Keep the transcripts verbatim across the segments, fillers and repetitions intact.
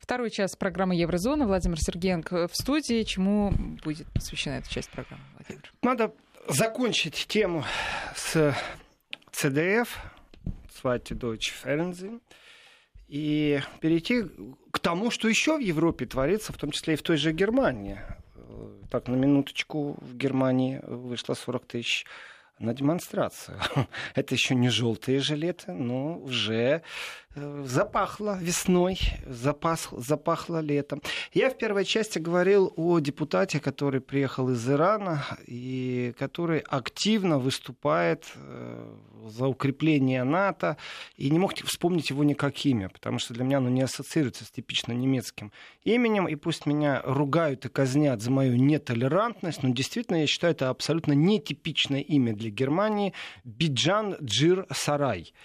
Второй час программы «Еврозона». Владимир Сергеенко в студии. Чему будет посвящена эта часть программы, Владимир? Надо закончить тему с цэ дэ эф, Zweite Deutsche Fernsehen, и перейти к тому, что еще в Европе творится, в том числе и в той же Германии. Так, на минуточку, в Германии вышло сорок тысяч на демонстрацию. Это еще не желтые жилеты, но уже запахло весной, запах, запахло летом. Я в первой части говорил о депутате, который приехал из Ирана и который активно выступает за укрепление НАТО, и не мог вспомнить его никак имя, потому что для меня оно не ассоциируется с типично немецким именем, и пусть меня ругают и казнят за мою нетолерантность, но действительно я считаю, это абсолютно нетипичное имя для Германии. Биджан Джир Сарай,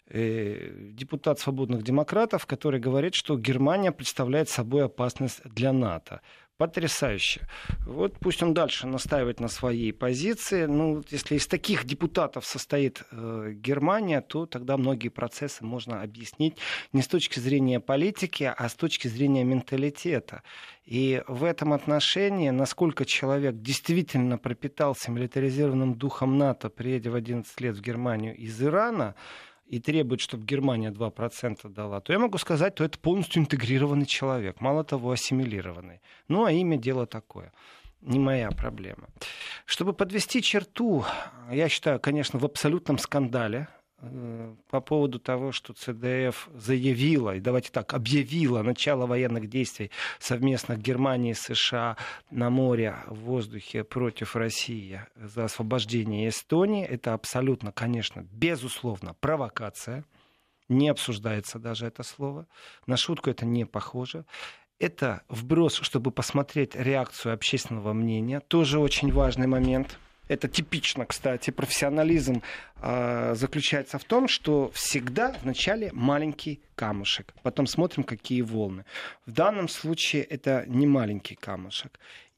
депутат свободных демократов, который говорит, что Германия представляет собой опасность для НАТО. Потрясающе. Вот пусть он дальше настаивает на своей позиции. Ну, если из таких депутатов состоит э, Германия, то тогда многие процессы можно объяснить не с точки зрения политики, а с точки зрения менталитета. И в этом отношении, насколько человек действительно пропитался милитаризированным духом НАТО, приедя в одиннадцать лет в Германию из Ирана, и требует, чтобы Германия два процента дала, то я могу сказать, что это полностью интегрированный человек, мало того, ассимилированный. Ну, а имя дело такое. Не моя проблема. Чтобы подвести черту, я считаю, конечно, в абсолютном скандале э, по поводу того, что цэ дэ эф заявила, и давайте так, объявила начало военных действий совместных Германии и США на море, в воздухе против России за освобождение Эстонии. Это абсолютно, конечно, безусловно, провокация. Не обсуждается даже это слово. На шутку это не похоже. Это вброс, чтобы посмотреть реакцию общественного мнения. Тоже очень важный момент. Это типично, кстати. Профессионализм э, заключается в том, что всегда вначале маленький камушек. Потом смотрим, какие волны. В данном случае это не маленький камушек.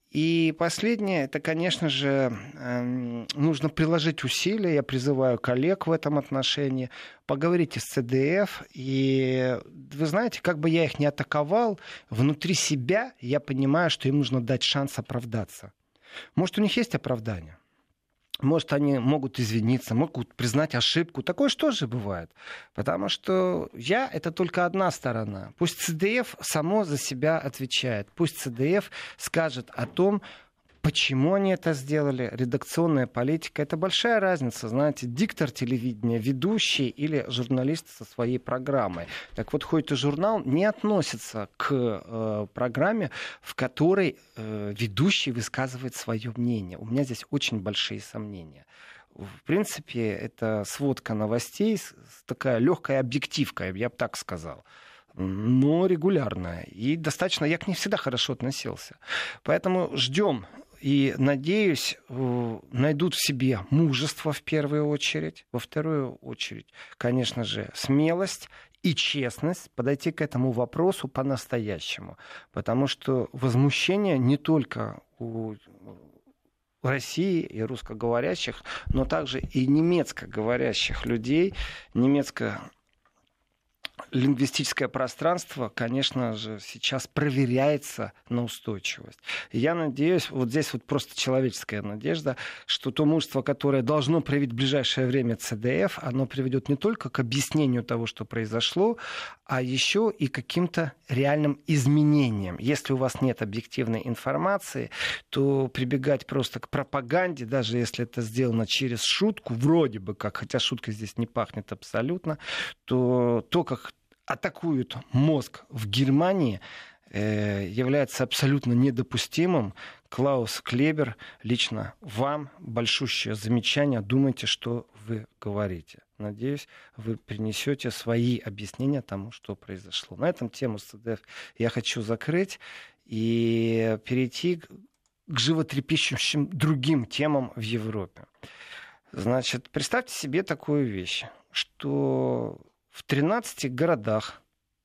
И последнее, это, конечно же, э, нужно приложить усилия. Я призываю коллег в этом отношении. Поговорите с цэ дэ эф. И вы знаете, как бы я их ни атаковал, внутри себя я понимаю, что им нужно дать шанс оправдаться. Может, у них есть оправдание? Может, они могут извиниться, могут признать ошибку. Такое же тоже бывает. Потому что я — это только одна сторона. Пусть цэ дэ эф само за себя отвечает. Пусть цэ дэ эф скажет о том, почему они это сделали. Редакционная политика — это большая разница. Знаете, диктор телевидения, ведущий или журналист со своей программой. Так вот, хоть и журнал не относится к э, программе, в которой э, ведущий высказывает свое мнение. У меня здесь очень большие сомнения. В принципе, это сводка новостей, такая легкая объективка, я бы так сказал. Но регулярная. И достаточно, я к ней всегда хорошо относился. Поэтому ждем. И, надеюсь, найдут в себе мужество в первую очередь. Во вторую очередь, конечно же, смелость и честность подойти к этому вопросу по-настоящему. Потому что возмущение не только у России и русскоговорящих, но также и немецкоговорящих людей, немецко лингвистическое пространство, конечно же, сейчас проверяется на устойчивость. И я надеюсь, вот здесь вот просто человеческая надежда, что то мужество, которое должно проявить в ближайшее время цэ дэ эф, оно приведет не только к объяснению того, что произошло, а еще и к каким-то реальным изменениям. Если у вас нет объективной информации, то прибегать просто к пропаганде, даже если это сделано через шутку, вроде бы как, хотя шутка здесь не пахнет абсолютно, то то, как атакуют мозг в Германии, э, является абсолютно недопустимым. Клаус Клебер, лично вам большущее замечание. Думайте, что вы говорите. Надеюсь, вы принесете свои объяснения тому, что произошло. На этом тему с цэ дэ эф я хочу закрыть и перейти к животрепещущим другим темам в Европе. Значит, представьте себе такую вещь, что в тринадцати городах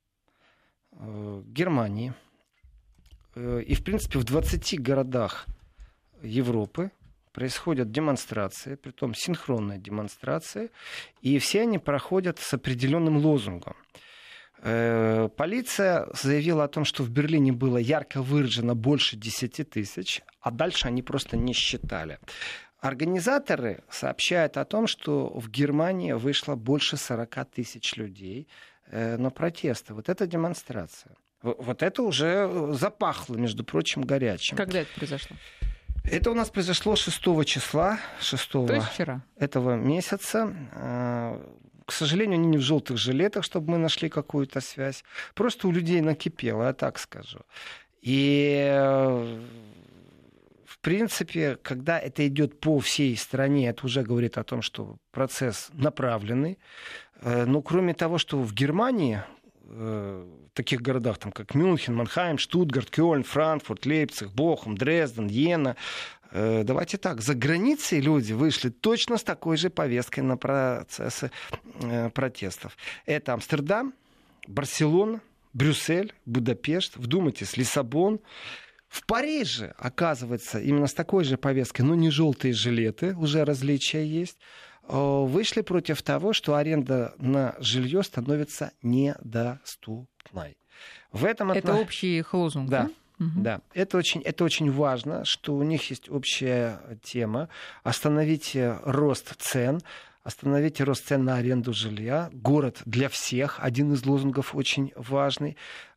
э, Германии э, и, в принципе, в двадцати городах Европы происходят демонстрации, притом синхронные демонстрации, и все они проходят с определенным лозунгом. Полиция заявила о том, что в Берлине было ярко выражено больше десяти тысяч, а дальше они просто не считали. Организаторы сообщают о том, что в Германии вышло больше сорока тысяч людей на протесты. Вот это демонстрация. Вот это уже запахло, между прочим, горячим. Когда это произошло? Это у нас произошло шестого числа, шестого То есть вчера. Этого месяца. К сожалению, они не в желтых жилетах, чтобы мы нашли какую-то связь. Просто у людей накипело, я так скажу. И, в принципе, когда это идет по всей стране, это уже говорит о том, что процесс направленный. Но кроме того, что в Германии, в таких городах, там, как Мюнхен, Манхайм, Штутгарт, Кёльн, Франкфурт, Лейпциг, Бохум, Дрезден, Йена, давайте так, за границей люди вышли точно с такой же повесткой на процессы протестов. Это Амстердам, Барселона, Брюссель, Будапешт, вдумайтесь, Лиссабон. В Париже, оказывается, именно с такой же повесткой, но не желтые жилеты, уже различия есть, вышли против того, что аренда на жилье становится недоступной. В этом это отно... общий лозунг, да? Да. Угу. Да, это очень, это очень важно, что у них есть общая тема. Остановите рост цен, остановите рост цен на аренду жилья. Город для всех, один из лозунгов очень важный.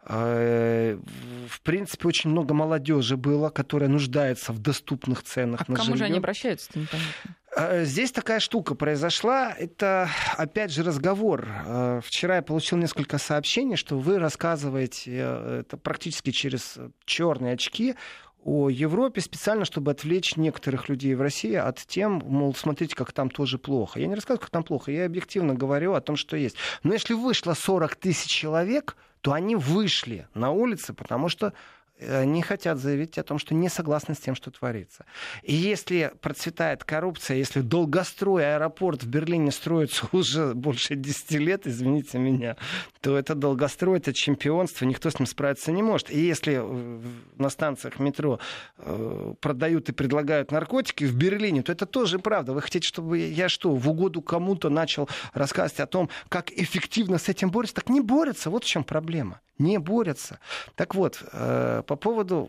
В принципе, очень много молодежи было, которая нуждается в доступных ценах а на жилье. А к кому же они обращаются-то, непонятно? Здесь такая штука произошла. Это, опять же, разговор. Вчера я получил несколько сообщений, что вы рассказываете это практически через черные очки о Европе специально, чтобы отвлечь некоторых людей в России от тем, мол, смотрите, как там тоже плохо. Я не рассказываю, как там плохо, я объективно говорю о том, что есть. Но если вышло сорок тысяч человек, то они вышли на улицы, потому что не хотят заявить о том, что не согласны с тем, что творится. И если процветает коррупция, если долгострой аэропорт в Берлине строится уже больше десяти лет, извините меня, то это долгострой, это чемпионство, никто с ним справиться не может. И если на станциях метро продают и предлагают наркотики в Берлине, то это тоже правда. Вы хотите, чтобы я что, в угоду кому-то начал рассказывать о том, как эффективно с этим борются? Так не борются, вот в чем проблема. Не борются. Так вот, по поводу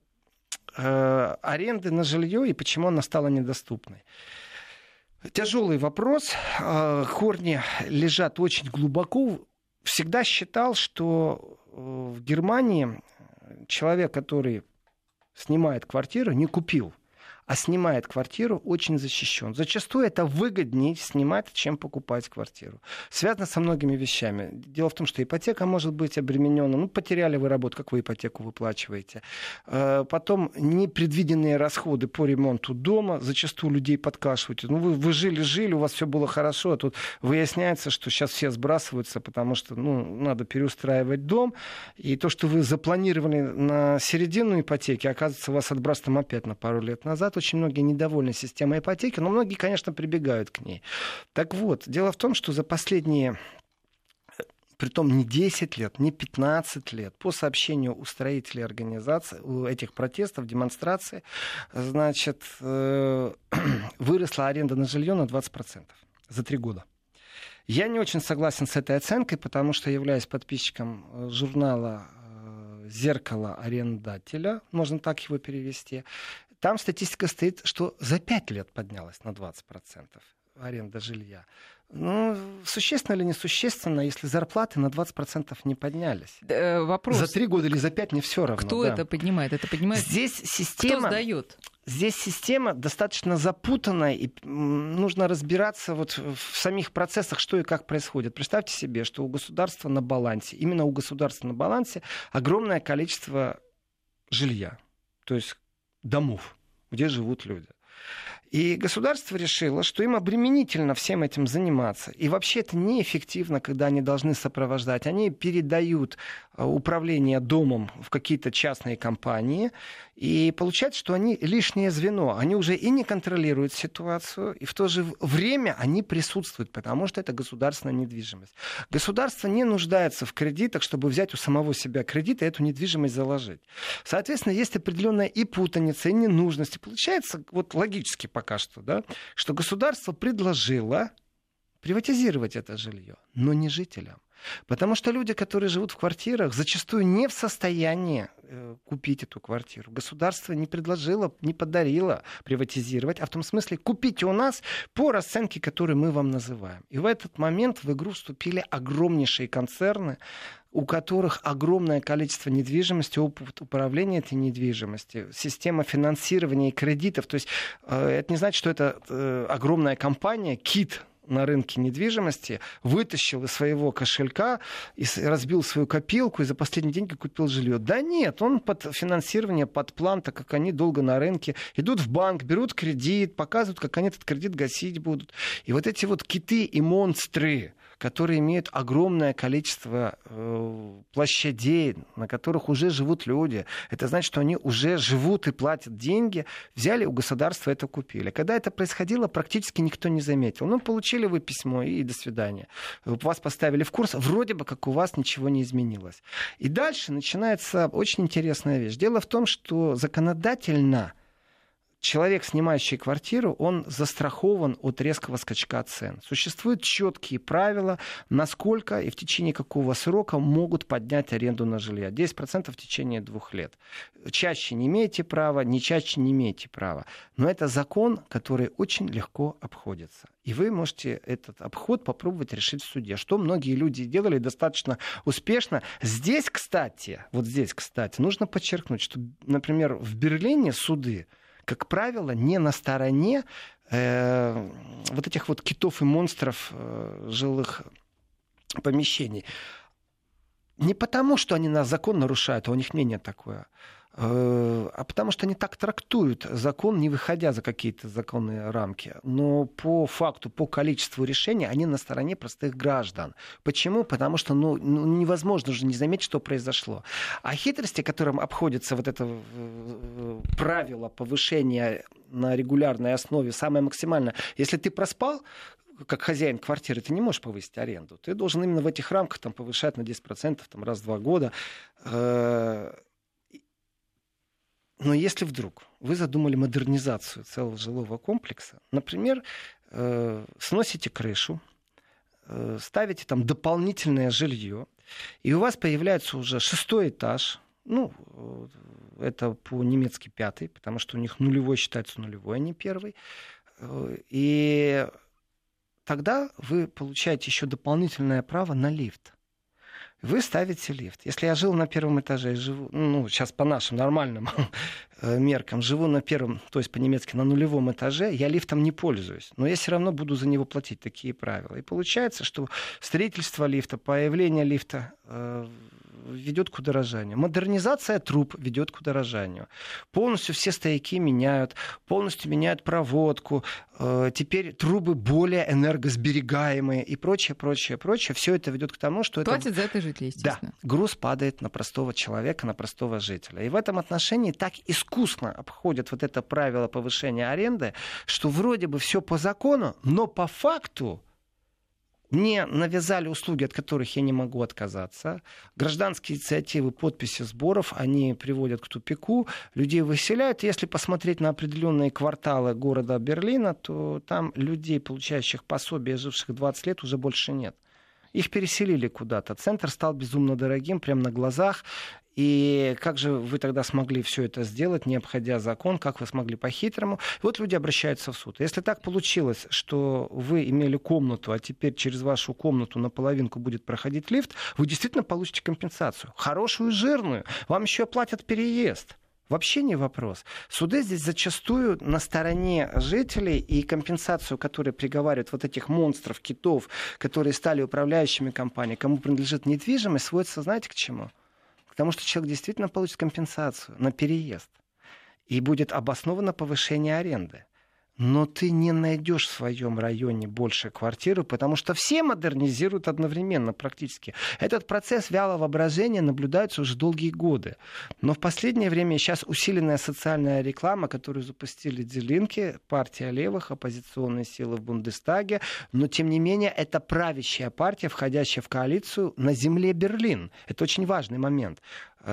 э, аренды на жилье и почему она стала недоступной. Тяжелый вопрос. Э, корни лежат очень глубоко. Всегда считал, что в Германии человек, который снимает квартиру, не купил, а снимает квартиру, очень защищен. Зачастую это выгоднее снимать, чем покупать квартиру. Связано со многими вещами. Дело в том, что ипотека может быть обременена. Ну, потеряли вы работу, как вы ипотеку выплачиваете. Потом непредвиденные расходы по ремонту дома. Зачастую людей подкашивают. Ну, вы, вы жили-жили, у вас все было хорошо, а тут выясняется, что сейчас все сбрасываются, потому что ну, надо переустраивать дом. И то, что вы запланировали на середину ипотеки, оказывается, вас отбрасывают опять на пару лет назад. Очень многие недовольны системой ипотеки, но многие, конечно, прибегают к ней. Так вот, дело в том, что за последние, притом не десять лет, не пятнадцать лет, по сообщению устроителей организации, у этих протестов, демонстраций, значит, выросла аренда на жилье на двадцать процентов за три года. Я не очень согласен с этой оценкой, потому что являюсь подписчиком журнала «Зеркало арендателя», можно так его перевести. Там статистика стоит, что за пять лет поднялась на двадцать процентов аренда жилья. Ну, существенно или несущественно, если зарплаты на двадцать процентов не поднялись? Да, вопрос. За три года или за пять, не все равно. Кто да. это поднимает? Это поднимает... Здесь система... Кто сдает? Здесь система достаточно запутанная, и нужно разбираться вот в самих процессах, что и как происходит. Представьте себе, что у государства на балансе, именно у государства на балансе огромное количество жилья, то есть домов, где живут люди. И государство решило, что им обременительно всем этим заниматься. И вообще это неэффективно, когда они должны сопровождать. Они передают управление домом в какие-то частные компании. И получается, что они лишнее звено. Они уже и не контролируют ситуацию, и в то же время они присутствуют, потому что это государственная недвижимость. Государство не нуждается в кредитах, чтобы взять у самого себя кредит и эту недвижимость заложить. Соответственно, есть определенная и путаница, и ненужность. И получается, вот логически пока что, да, что государство предложило приватизировать это жилье, но не жителям. Потому что люди, которые живут в квартирах, зачастую не в состоянии э, купить эту квартиру. Государство не предложило, не подарило приватизировать, а в том смысле купите у нас по расценке, которую мы вам называем. И в этот момент в игру вступили огромнейшие концерны, у которых огромное количество недвижимости, опыт управления этой недвижимостью, система финансирования и кредитов. То есть э, это не значит, что это э, огромная компания, кит на рынке недвижимости, вытащил из своего кошелька, и разбил свою копилку и за последние деньги купил жилье. Да нет, он под финансирование, под план, так как они долго на рынке, идут в банк, берут кредит, показывают, как они этот кредит гасить будут. И вот эти вот киты и монстры, которые имеют огромное количество э, площадей, на которых уже живут люди. Это значит, что они уже живут и платят деньги. Взяли у государства это купили. Когда это происходило, практически никто не заметил. Ну, получили вы письмо и до свидания. Вас поставили в курс, вроде бы как у вас ничего не изменилось. И дальше начинается очень интересная вещь. Дело в том, что законодательно человек, снимающий квартиру, он застрахован от резкого скачка цен. Существуют четкие правила, насколько и в течение какого срока могут поднять аренду на жилье. десять процентов в течение двух лет. Чаще не имеете права, не чаще не имеете права. Но это закон, который очень легко обходится. И вы можете этот обход попробовать решить в суде, что многие люди делали достаточно успешно. Здесь, кстати, вот здесь, кстати, нужно подчеркнуть, что, например, в Берлине суды, как правило, не на стороне э, вот этих вот китов и монстров э, жилых помещений. Не потому, что они нас закон нарушают, а у них мнение такое, э, а потому что они так трактуют закон, не выходя за какие-то законные рамки. Но по факту, по количеству решений они на стороне простых граждан. Почему? Потому что ну, ну, невозможно же не заметить, что произошло. А хитрости, которым обходится вот это э, правило повышения на регулярной основе, самое максимальное. Если ты проспал, как хозяин квартиры, ты не можешь повысить аренду. Ты должен именно в этих рамках там, повышать на десять процентов там, раз в два года. Но если вдруг вы задумали модернизацию целого жилого комплекса, например, сносите крышу, ставите там дополнительное жилье, и у вас появляется уже шестой этаж, ну, это по-немецки пятый, потому что у них нулевой считается нулевой, а не первый. И тогда вы получаете еще дополнительное право на лифт. Вы ставите лифт. Если я жил на первом этаже, живу, ну, сейчас по нашим нормальным меркам, живу на первом, то есть по-немецки на нулевом этаже, я лифтом не пользуюсь. Но я все равно буду за него платить, такие правила. И получается, что строительство лифта, появление лифта э, ведет к удорожанию. Модернизация труб ведет к удорожанию. Полностью все стояки меняют, полностью меняют проводку. Э, теперь трубы более энергосберегаемые и прочее, прочее, прочее. Все это ведет к тому, что Платят это... за это жители, естественно. Да, груз падает на простого человека, на простого жителя. И в этом отношении так искусно обходят вот это правило повышения аренды, что вроде бы все по закону, но по факту мне навязали услуги, от которых я не могу отказаться. Гражданские инициативы, подписи сборов, они приводят к тупику. Людей выселяют. Если посмотреть на определенные кварталы города Берлина, то там людей, получающих пособие, живших двадцать лет, уже больше нет. Их переселили куда-то. Центр стал безумно дорогим, прямо на глазах. И как же вы тогда смогли все это сделать, не обходя закон, как вы смогли по-хитрому? И вот люди обращаются в суд. Если так получилось, что вы имели комнату, а теперь через вашу комнату наполовинку будет проходить лифт, вы действительно получите компенсацию. Хорошую и жирную. Вам еще оплатят переезд. Вообще не вопрос. Суды здесь зачастую на стороне жителей, и компенсацию, которую приговаривают вот этих монстров, китов, которые стали управляющими компаниями, кому принадлежит недвижимость, сводится, знаете, к чему? К тому, что человек действительно получит компенсацию на переезд. И будет обосновано повышение аренды. Но ты не найдешь в своем районе больше квартиру, потому что все модернизируют одновременно практически. Этот процесс вялого брожения наблюдается уже долгие годы. Но в последнее время сейчас усиленная социальная реклама, которую запустили Die Linke, партия левых, оппозиционные силы в Бундестаге, но тем не менее это правящая партия, входящая в коалицию на земле Берлин. Это очень важный момент,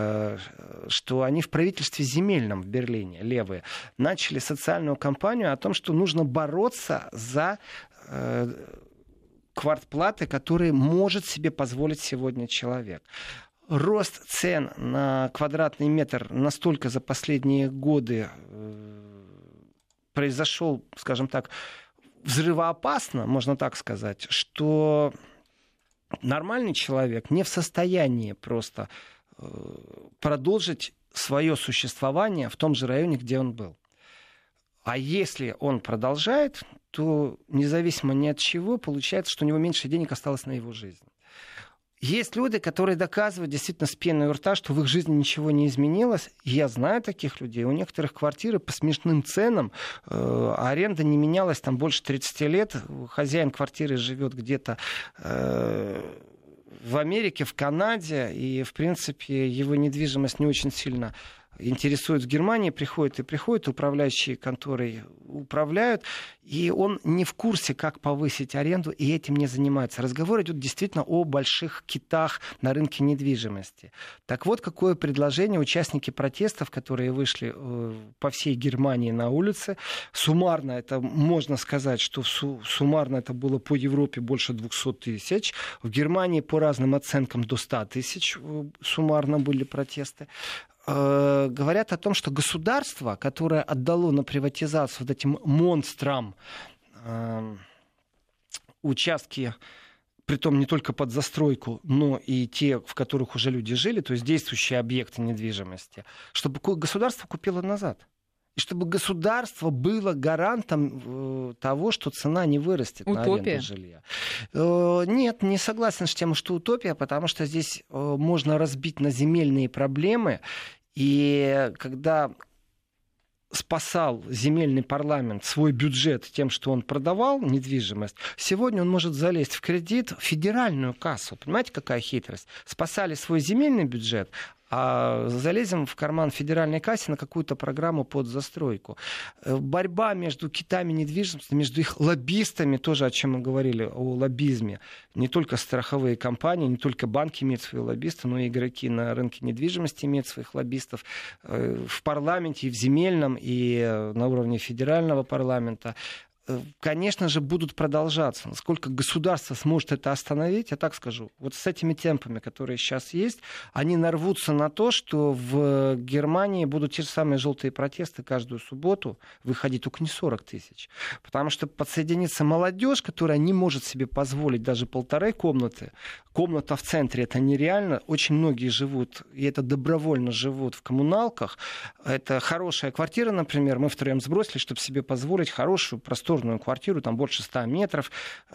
что они в правительстве земельном в Берлине, левые, начали социальную кампанию о том, что нужно бороться за квартплаты, которые может себе позволить сегодня человек. Рост цен на квадратный метр настолько за последние годы произошел, скажем так, взрывоопасно, можно так сказать, что нормальный человек не в состоянии просто продолжить свое существование в том же районе, где он был. А если он продолжает, то независимо ни от чего, получается, что у него меньше денег осталось на его жизнь. Есть люди, которые доказывают действительно с пеной у рта, что в их жизни ничего не изменилось. Я знаю таких людей. У некоторых квартиры по смешным ценам, э, аренда не менялась там больше тридцати лет. Хозяин квартиры живет где-то э, в Америке, в Канаде, и, в принципе, его недвижимость не очень сильно интересует в Германии, приходит и приходит, управляющие конторой управляют, и он не в курсе, как повысить аренду, и этим не занимается. Разговор идет действительно о больших китах на рынке недвижимости. Так вот, какое предложение участники протестов, которые вышли по всей Германии на улицы, суммарно это, можно сказать, что суммарно это было по Европе больше двухсот тысяч, в Германии по разным оценкам до ста тысяч суммарно были протесты, говорят о том, что государство, которое отдало на приватизацию вот этим монстрам э, участки, притом не только под застройку, но и те, в которых уже люди жили, то есть действующие объекты недвижимости, чтобы государство купило назад. И чтобы государство было гарантом э, того, что цена не вырастет утопия. На аренду жилья. Э, нет, не согласен с тем, что утопия, потому что здесь э, можно разбить на земельные проблемы. И когда спасал земельный парламент свой бюджет тем, что он продавал недвижимость, сегодня он может залезть в кредит в федеральную кассу. Понимаете, какая хитрость? Спасали свой земельный бюджет, а залезем в карман федеральной кассы на какую-то программу под застройку. Борьба между китами недвижимости, между их лоббистами, тоже о чем мы говорили, о лоббизме. Не только страховые компании, не только банки имеют свои лоббисты, но и игроки на рынке недвижимости имеют своих лоббистов в парламенте, и в земельном, и на уровне федерального парламента. Конечно же, будут продолжаться. Насколько государство сможет это остановить, я так скажу. Вот с этими темпами, которые сейчас есть, они нарвутся на то, что в Германии будут те же самые желтые протесты каждую субботу выходить, только не сорок тысяч. Потому что подсоединится молодежь, которая не может себе позволить даже полторы комнаты. Комната в центре — это нереально. Очень многие живут, и это добровольно живут в коммуналках. Это хорошая квартира, например. Мы втроем сбросили, чтобы себе позволить хорошую, просторную квартиру, там больше ста метров.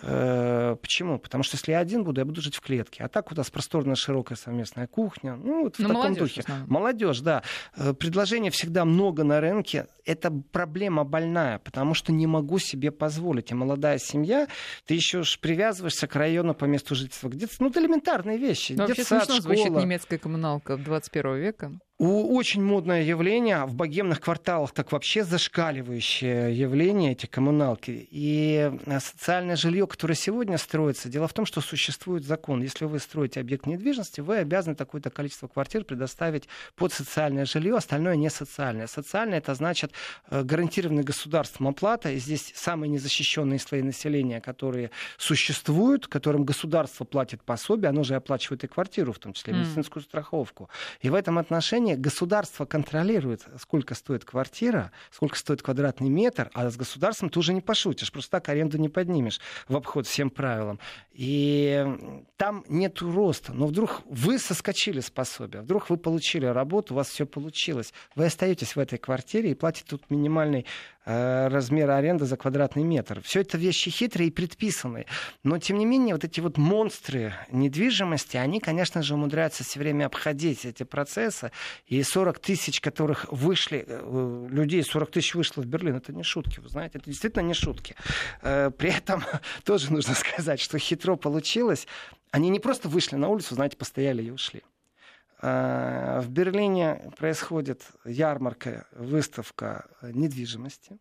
Э, почему? Потому что если я один буду, я буду жить в клетке. А так у нас просторная, широкая совместная кухня. Ну, вот в Но таком молодежь, духе. Молодежь, да. Предложений всегда много на рынке. Это проблема больная, потому что не могу себе позволить. И молодая семья, ты еще ж привязываешься к району по месту жительства. Где-то, ну, это элементарные вещи. Но вообще смешно звучит немецкая коммуналка двадцать первого века. Очень модное явление, в богемных кварталах так вообще зашкаливающее явление, эти коммуналки. И социальное жилье, которое сегодня строится, дело в том, что существует закон. Если вы строите объект недвижимости, вы обязаны такое-то количество квартир предоставить под социальное жилье, остальное не социальное. Социальное — это значит гарантированная государством оплата. И здесь самые незащищенные слои населения, которые существуют, которым государство платит пособие, оно же оплачивает и квартиру, в том числе медицинскую страховку. И в этом отношении государство контролирует, сколько стоит квартира, сколько стоит квадратный метр, а с государством ты уже не пошутишь, просто так аренду не поднимешь в обход всем правилам. И там нет роста. Но вдруг вы соскочили с пособия, вдруг вы получили работу, у вас все получилось. Вы остаетесь в этой квартире и платите тут минимальный э, размер аренды за квадратный метр. Все это вещи хитрые и предписанные. Но, тем не менее, вот эти вот монстры недвижимости, они, конечно же, умудряются все время обходить эти процессы. И сорок тысяч, которых вышли, э, людей сорок тысяч вышло в Берлин, это не шутки, вы знаете, это действительно не шутки. Э, при этом тоже нужно сказать, что хитро получилось. Они не просто вышли на улицу, знаете, постояли и ушли. В Берлине происходит ярмарка, выставка недвижимости.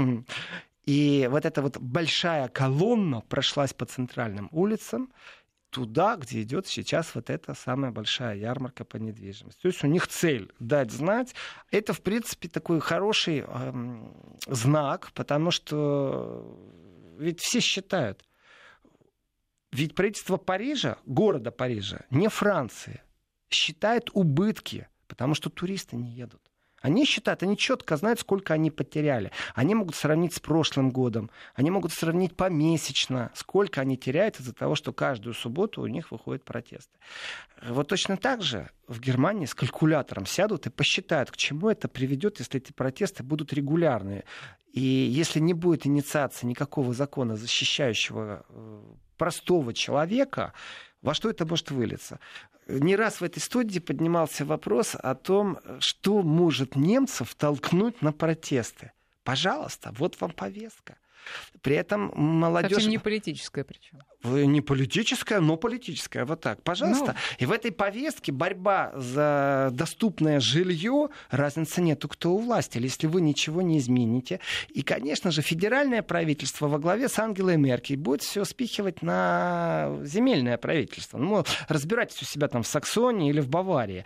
И вот эта вот большая колонна прошлась по центральным улицам туда, где идет сейчас вот эта самая большая ярмарка по недвижимости. То есть у них цель дать знать. Это, в принципе, такой хороший эм, знак, потому что ведь все считают, Ведь правительство Парижа, города Парижа, не Франции, считает убытки, потому что туристы не едут. Они считают, они четко знают, сколько они потеряли. Они могут сравнить с прошлым годом, они могут сравнить помесячно, сколько они теряют из-за того, что каждую субботу у них выходят протесты. Вот точно так же в Германии с калькулятором сядут и посчитают, к чему это приведет, если эти протесты будут регулярные. И если не будет инициации никакого закона, защищающего простого человека, во что это может вылиться? Не раз в этой студии поднимался вопрос о том, что может немцев толкнуть на протесты. Пожалуйста, вот вам повестка. При этом молодежь... Совсем не политическая причем. Не политическая, но политическая. Вот так. Пожалуйста. Ну... И в этой повестке борьба за доступное жилье, разницы нету, кто у власти, если вы ничего не измените. И, конечно же, федеральное правительство во главе с Ангелой Меркель будет все спихивать на земельное правительство. Ну, разбирайтесь у себя там в Саксонии или в Баварии.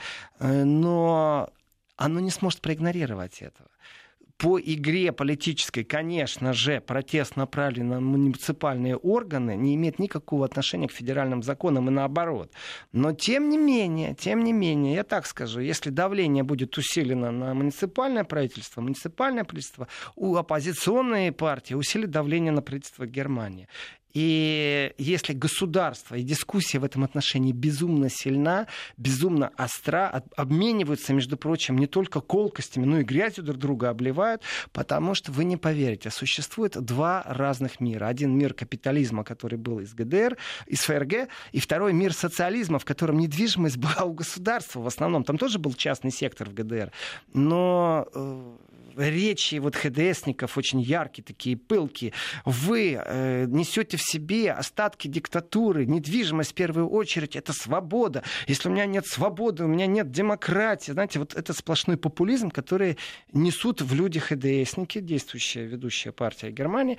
Но оно не сможет проигнорировать этого. По игре политической, конечно же, протест, направленный на муниципальные органы, не имеет никакого отношения к федеральным законам и наоборот. Но тем не менее, тем не менее, я так скажу, если давление будет усилено на муниципальное правительство, муниципальное правительство, у оппозиционной партии усилит давление на правительство Германии. И если государство и дискуссия в этом отношении безумно сильна, безумно остра, обмениваются, между прочим, не только колкостями, но и грязью друг друга обливают, потому что вы не поверите, существует два разных мира. Один мир капитализма, который был из ГДР, из ФРГ, и второй мир социализма, в котором недвижимость была у государства в основном. Там тоже был частный сектор в ГДР, но... речи вот ХДСников очень яркие, такие пылкие. Вы э, несете в себе остатки диктатуры. Недвижимость в первую очередь — это свобода. Если у меня нет свободы, у меня нет демократии. Знаете, вот это сплошной популизм, который несут в люди ХДСники, действующая ведущая партия Германии.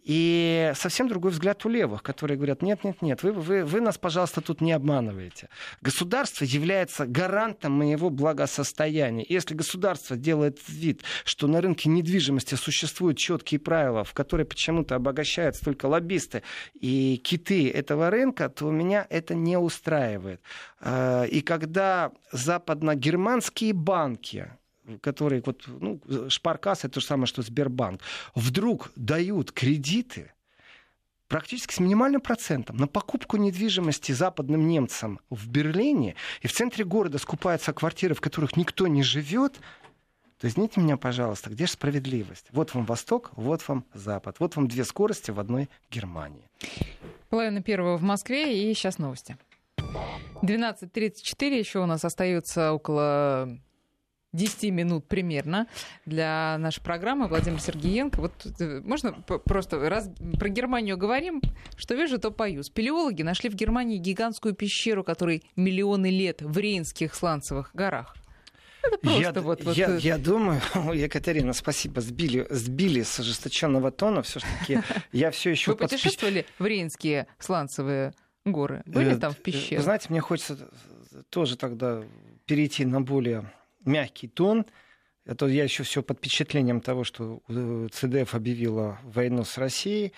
И совсем другой взгляд у левых, которые говорят: нет, нет, нет, вы, вы, вы нас, пожалуйста, тут не обманываете. Государство является гарантом моего благосостояния. И если государство делает вид, что на рынке недвижимости существуют четкие правила, в которые почему-то обогащаются только лоббисты и киты этого рынка, то меня это не устраивает. И когда западногерманские банки, которые, вот, ну, Шпаркас — это то же самое, что Сбербанк, вдруг дают кредиты практически с минимальным процентом на покупку недвижимости западным немцам в Берлине, и в центре города скупаются квартиры, в которых никто не живет, то извините меня, пожалуйста, где же справедливость? Вот вам Восток, вот вам Запад, вот вам две скорости в одной Германии. Половина первого в Москве, и сейчас новости. двенадцать тридцать четыре, еще у нас остается около десять минут примерно для нашей программы. Владимир Сергеенко. Вот можно просто, раз про Германию говорим, что вижу, то пою. Спелеологи нашли в Германии гигантскую пещеру, которой миллионы лет в Рейнских сланцевых горах. Это просто я, вот, вот... Я, я думаю, Екатерина, спасибо, сбили, сбили с ожесточенного тона. Все-таки я все еще... Вы путешествовали в Рейнские сланцевые горы? Были там в пещере? Вы знаете, мне хочется тоже тогда перейти на более мягкий тон. Это я еще все под впечатлением того, что ЦДФ объявила войну с Россией.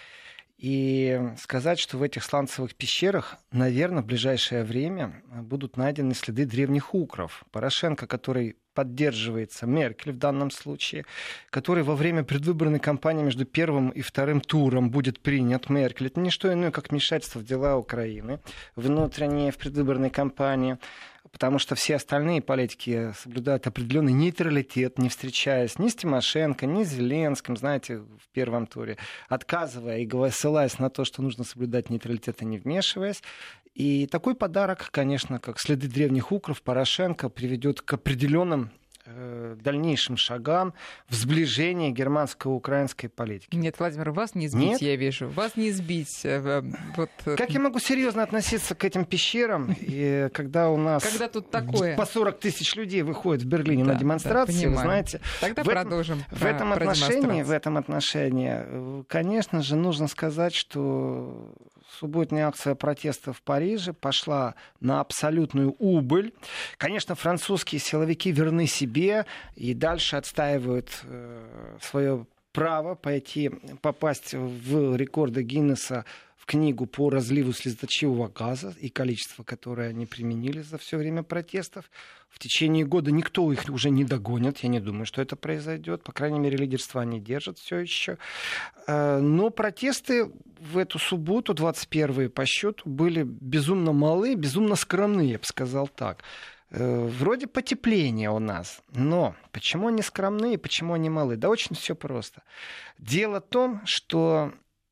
И сказать, что в этих сланцевых пещерах, наверное, в ближайшее время будут найдены следы древних укров. Порошенко, который поддерживается Меркель в данном случае, который во время предвыборной кампании между первым и вторым туром будет принят Меркель. Это не что иное, как вмешательство в дела Украины, внутренние в предвыборной кампании. Потому что все остальные политики соблюдают определенный нейтралитет, не встречаясь ни с Тимошенко, ни с Зеленским, знаете, в первом туре, отказывая и ссылаясь на то, что нужно соблюдать нейтралитет и не вмешиваясь. И такой подарок, конечно, как следы древних укров Порошенко, приведет к определенным э, дальнейшим шагам в сближении германско-украинской политики. Нет, Владимир, вас не сбить, Нет? я вижу. Вас не сбить. Вот. Как я могу серьезно относиться к этим пещерам, и когда у нас когда тут такое? По сорок тысяч людей выходят в Берлине да, на демонстрации, да, вы знаете. Тогда в этом, продолжим. В этом, отношении, в этом отношении, конечно же, нужно сказать, что субботняя акция протеста в Париже пошла на абсолютную убыль. Конечно, французские силовики верны себе и дальше отстаивают э, свое право пойти, попасть в рекорды Гиннесса в книгу по разливу слезоточивого газа и количество, которое они применили за все время протестов. В течение года никто их уже не догонит. Я не думаю, что это произойдет. По крайней мере, лидерство они держат все еще. Но протесты в эту субботу, двадцать первые по счету, были безумно малы, безумно скромные, я бы сказал так. Вроде потепление у нас, но почему они скромные, почему они малы? Да очень все просто. Дело в том, что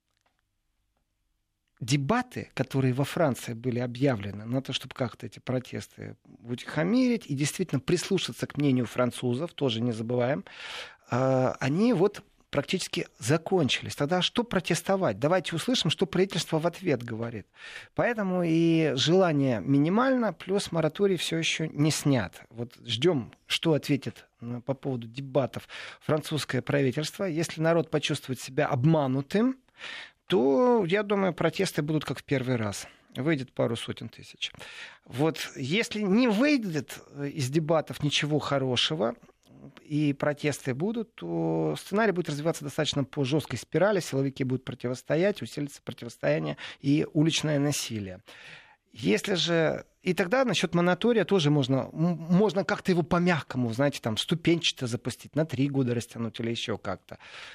дебаты, которые во Франции были объявлены на то, чтобы как-то эти протесты утихомирить и действительно прислушаться к мнению французов, тоже не забываем, они вот практически закончились. Тогда что протестовать? Давайте услышим, что правительство в ответ говорит. Поэтому и желание минимально, плюс мораторий все еще не снят. Вот ждем, что ответит по поводу дебатов французское правительство. Если народ почувствует себя обманутым, то, я думаю, протесты будут как в первый раз. Выйдет пару сотен тысяч. Вот если не выйдет из дебатов ничего хорошего, и протесты будут, то сценарий будет развиваться достаточно по жесткой спирали, силовики будут противостоять, усилится противостояние и уличное насилие. Если же... И тогда насчет моратория тоже можно, можно как-то его по-мягкому, знаете, там, ступенчато запустить, на три года растянуть или еще как-то.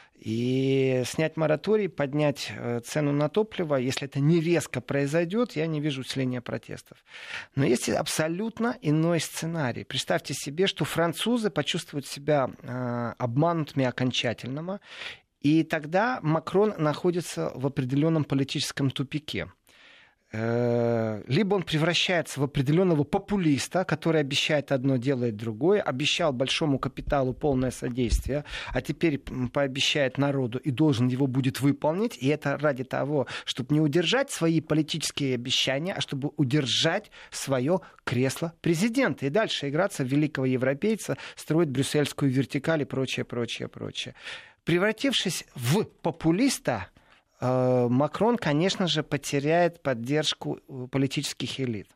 И снять мораторий, поднять цену на топливо. Если это не резко произойдет, я не вижу усиления протестов. Но есть абсолютно иной сценарий. Представьте себе, что французы почувствуют себя э, обманутыми окончательно, и тогда Макрон находится в определенном политическом тупике. Либо он превращается в определенного популиста, который обещает одно, делает другое, обещал большому капиталу полное содействие, а теперь пообещает народу и должен его будет выполнить. И это ради того, чтобы не удержать свои политические обещания, а чтобы удержать свое кресло президента. И дальше играться в великого европейца, строить брюссельскую вертикаль и прочее, прочее, прочее. Превратившись в популиста, Макрон, конечно же, потеряет поддержку политических элит.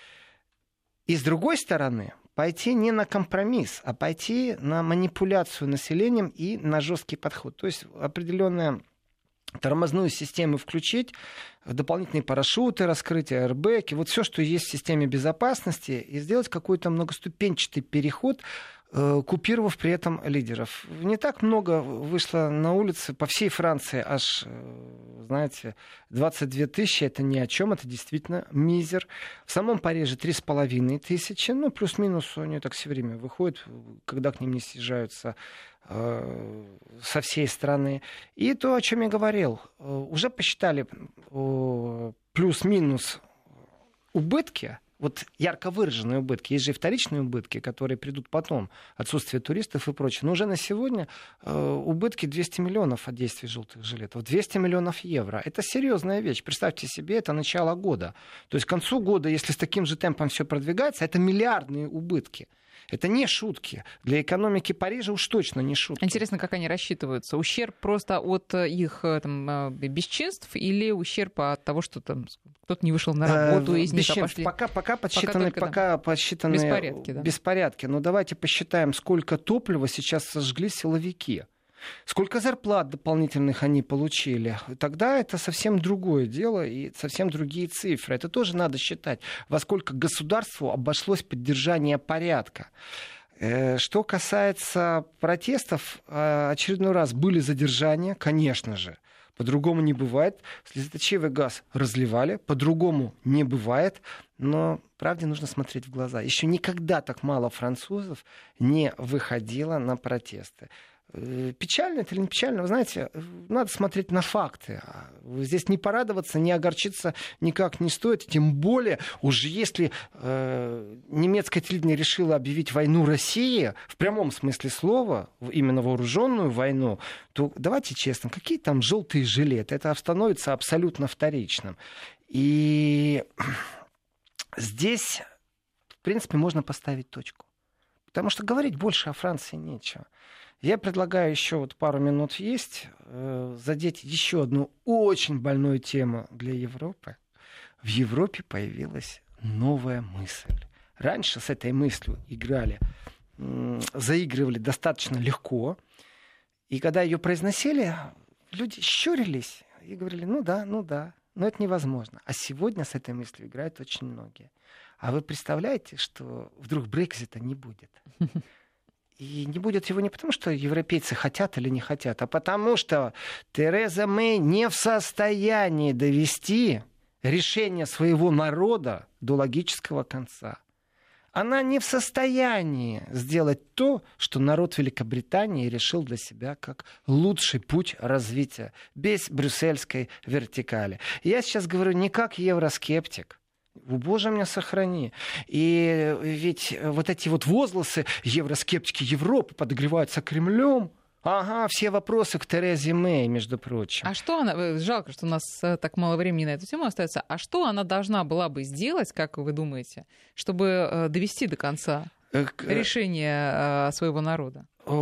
И с другой стороны, пойти не на компромисс, а пойти на манипуляцию населением и на жесткий подход. То есть определенную тормозную систему включить, дополнительные парашюты, раскрытие аэрбэки, вот все, что есть в системе безопасности, и сделать какой-то многоступенчатый переход, купировав при этом лидеров. Не так много вышло на улицы по всей Франции, аж, знаете, двадцать две тысячи, это ни о чем, это действительно мизер. В самом Париже три с половиной тысячи, ну, плюс-минус, они так все время выходят, когда к ним не съезжаются э, со всей страны. И то, о чем я говорил, уже посчитали э, плюс-минус убытки, вот ярко выраженные убытки. Есть же и вторичные убытки, которые придут потом. Отсутствие туристов и прочее. Но уже на сегодня э, убытки двести миллионов от действий желтых жилетов. двести миллионов евро. Это серьезная вещь. Представьте себе, это начало года. То есть к концу года, если с таким же темпом все продвигается, это миллиардные убытки. Это не шутки. Для экономики Парижа уж точно не шутки. Интересно, как они рассчитываются? Ущерб просто от их там, бесчинств или ущерб от того, что там кто-то не вышел на работу, из них пошли? Пока, пока подсчитаны, пока, пока посчитаны беспорядки, да. беспорядки. Но давайте посчитаем, сколько топлива сейчас сожгли силовики. Сколько зарплат дополнительных они получили. Тогда это совсем другое дело и совсем другие цифры. Это тоже надо считать, во сколько государству обошлось поддержание порядка. Что касается протестов, очередной раз были задержания, конечно же. По-другому не бывает. Слезоточивый газ разливали, по-другому не бывает. Но правде нужно смотреть в глаза. Еще никогда так мало французов не выходило на протесты. Печально это или не печально, вы знаете, надо смотреть на факты. Здесь не порадоваться, не огорчиться никак не стоит. Тем более, уже если э, немецкое телевидение решило объявить войну России, в прямом смысле слова, именно вооруженную войну, то давайте честно, какие там желтые жилеты? Это становится абсолютно вторичным. И здесь, в принципе, можно поставить точку. Потому что говорить больше о Франции нечего. Я предлагаю еще вот пару минут есть, э, задеть еще одну очень больную тему для Европы. В Европе появилась новая мысль. Раньше с этой мыслью играли, э, заигрывали достаточно легко. И когда ее произносили, люди щурились и говорили, ну да, ну да, Но это невозможно. А сегодня с этой мыслью играют очень многие. А вы представляете, что вдруг Брексита не будет? И не будет его не потому, что европейцы хотят или не хотят, а потому что Тереза Мэй не в состоянии довести решение своего народа до логического конца. Она не в состоянии сделать то, что народ Великобритании решил для себя как лучший путь развития, без брюссельской вертикали. Я сейчас говорю не как евроскептик. Боже, меня сохрани. И ведь вот эти вот возгласы евроскептики Европы подогреваются Кремлем. Ага, все вопросы к Терезе Мэй, между прочим. А что она... Жалко, что у нас так мало времени на эту тему остается. А что она должна была бы сделать, как вы думаете, чтобы довести до конца решение своего народа?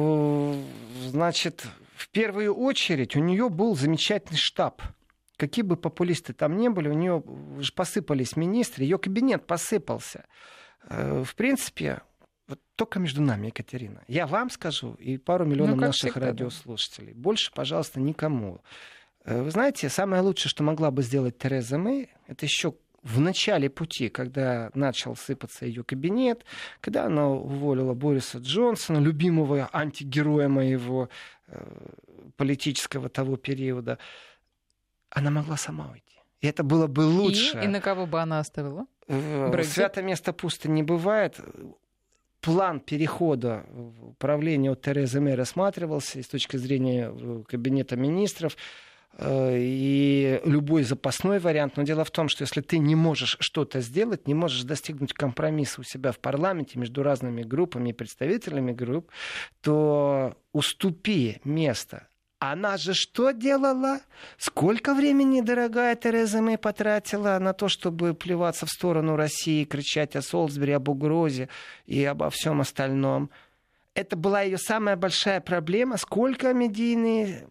Значит, в первую очередь у нее был замечательный штаб. Какие бы популисты там ни были, у нее уже посыпались министры, ее кабинет посыпался. В принципе, вот только между нами, Екатерина. Я вам скажу и пару миллионов ну, наших всегда, радиослушателей. Да. Больше, пожалуйста, никому. Вы знаете, самое лучшее, что могла бы сделать Тереза Мэй, это еще в начале пути, когда начал сыпаться ее кабинет, когда она уволила Бориса Джонсона, любимого антигероя моего политического того периода, она могла сама уйти. И это было бы лучше. И, и на кого бы она оставила? Свято место пусто не бывает. План перехода в управление от Терезы Мэй рассматривался с точки зрения кабинета министров. И любой запасной вариант. Но дело в том, что если ты не можешь что-то сделать, не можешь достигнуть компромисса у себя в парламенте между разными группами и представителями групп, то уступи место. Она же что делала? Сколько времени, дорогая Тереза Мэй, потратила на то, чтобы плеваться в сторону России, кричать о Солсбери, об угрозе и обо всем остальном? Это была ее самая большая проблема. Сколько медийные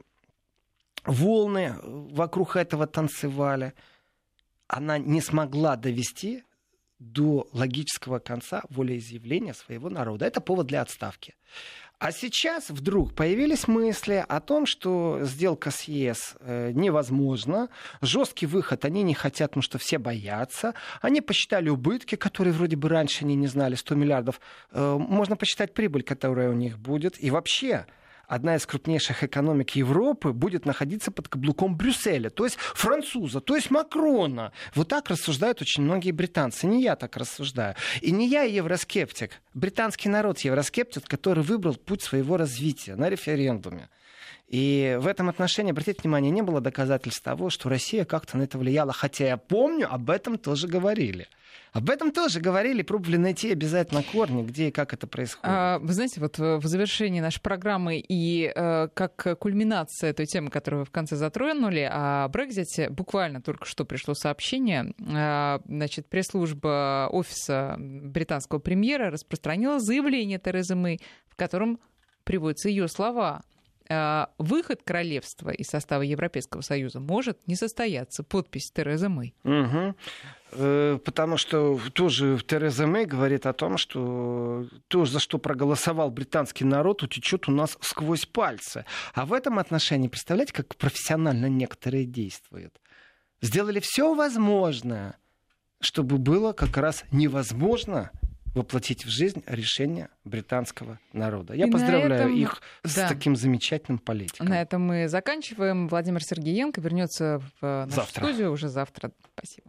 волны вокруг этого танцевали. Она не смогла довести до логического конца волеизъявления своего народа. Это повод для отставки. А сейчас вдруг появились мысли о том, что сделка с ЕС э, невозможна, жесткий выход они не хотят, потому что все боятся. Они посчитали убытки, которые вроде бы раньше они не знали, сто миллиардов. Э, можно посчитать прибыль, которая у них будет. И вообще одна из крупнейших экономик Европы будет находиться под каблуком Брюсселя, то есть француза, то есть Макрона. Вот так рассуждают очень многие британцы. Не я так рассуждаю. И не я евроскептик. Британский народ евроскептик, который выбрал путь своего развития на референдуме. И в этом отношении, обратите внимание, не было доказательств того, что Россия как-то на это влияла. Хотя я помню, об этом тоже говорили. Об этом тоже говорили, пробовали найти обязательно корни, где и как это происходит. А, вы знаете, вот в завершении нашей программы и э, как кульминация той темы, которую вы в конце затронули, о Брексите, буквально только что пришло сообщение. Э, значит, пресс-служба офиса британского премьера распространила заявление Терезы Мэй, в котором приводятся ее слова. Выход королевства из состава Европейского Союза может не состояться. Подпись Терезы Мэй. Угу. Потому что тоже Тереза Мэй говорит о том, что то, за что проголосовал британский народ, утечет у нас сквозь пальцы. А в этом отношении, представляете, как профессионально некоторые действуют? Сделали все возможное, чтобы было как раз невозможно воплотить в жизнь решение британского народа. Я и поздравляю этом... их с да. таким замечательным политиком. На этом мы заканчиваем. Владимир Сергеенко вернется в нашу завтра. студию уже завтра. Спасибо.